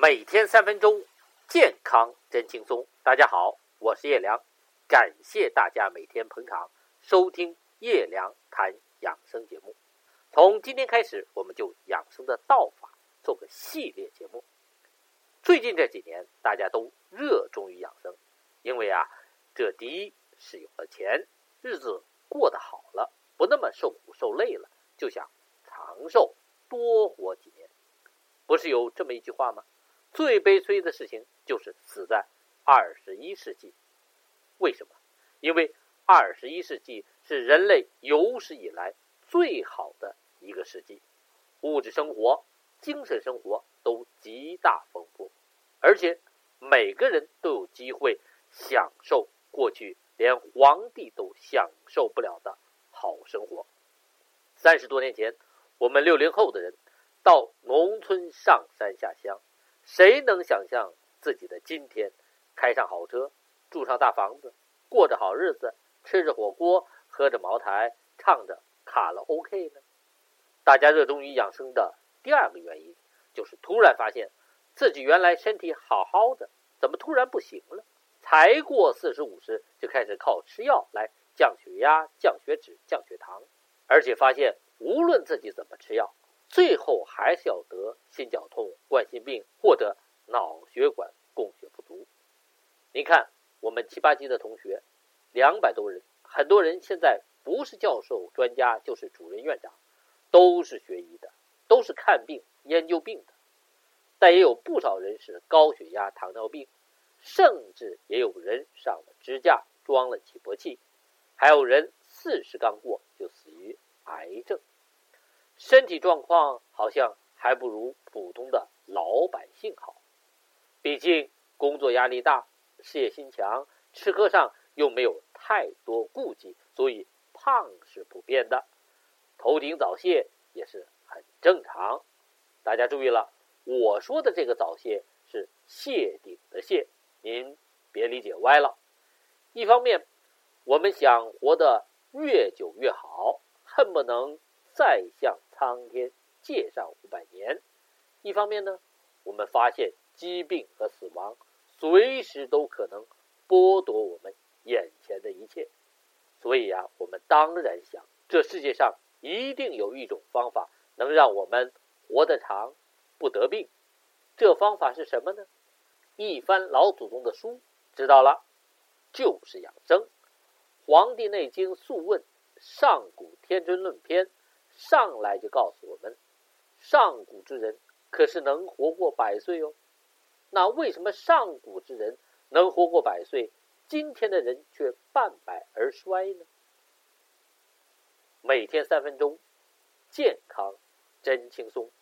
每天3分钟，健康真轻松。大家好，我是叶良，感谢大家每天捧场收听叶良谈养生节目。从今天开始，我们就养生的道法做个系列节目。最近这几年，大家都热衷于养生，因为这第一是有了钱，日子过得好了，不那么受苦受累了，就想长寿多活几年。不是有这么一句话吗？最悲催的事情就是死在21世纪。为什么？因为21世纪是人类有史以来最好的一个世纪，物质生活、精神生活都极大丰富，而且每个人都有机会享受过去连皇帝都享受不了的好生活。30多年前，我们60后的人到农村上山下乡，谁能想象自己的今天开上好车，住上大房子，过着好日子，吃着火锅，喝着茅台，唱着卡拉 OK 呢？大家热衷于养生的第二个原因，就是突然发现自己原来身体好好的，怎么突然不行了？才过40、50就开始靠吃药来降血压、降血脂、降血糖，而且发现无论自己怎么吃药，最后还是要得心绞痛、冠心病或者脑血管供血不足。您看我们7、8级的同学200多人，很多人现在不是教授、专家，就是主任、院长，都是学医的，都是看病、研究病的。但也有不少人是高血压、糖尿病，甚至也有人上了支架，装了起搏器，还有人40刚过就死于癌症。身体状况好像还不如普通的老百姓好，毕竟工作压力大，事业心强，吃喝上又没有太多顾忌，所以胖是普遍的，头顶早泄也是很正常。大家注意了，我说的这个早泄是谢顶的谢，您别理解歪了。一方面我们想活得越久越好，恨不能再向苍天借上500年。一方面呢，我们发现疾病和死亡随时都可能剥夺我们眼前的一切。所以我们当然想，这世界上一定有一种方法能让我们活得长，不得病。这方法是什么呢？一番老祖宗的书知道了，就是养生。黄帝内经素问上古天真论篇上来就告诉我们，上古之人可是能活过100岁哦。那为什么上古之人能活过100岁，今天的人却半百而衰呢？每天3分钟，健康真轻松。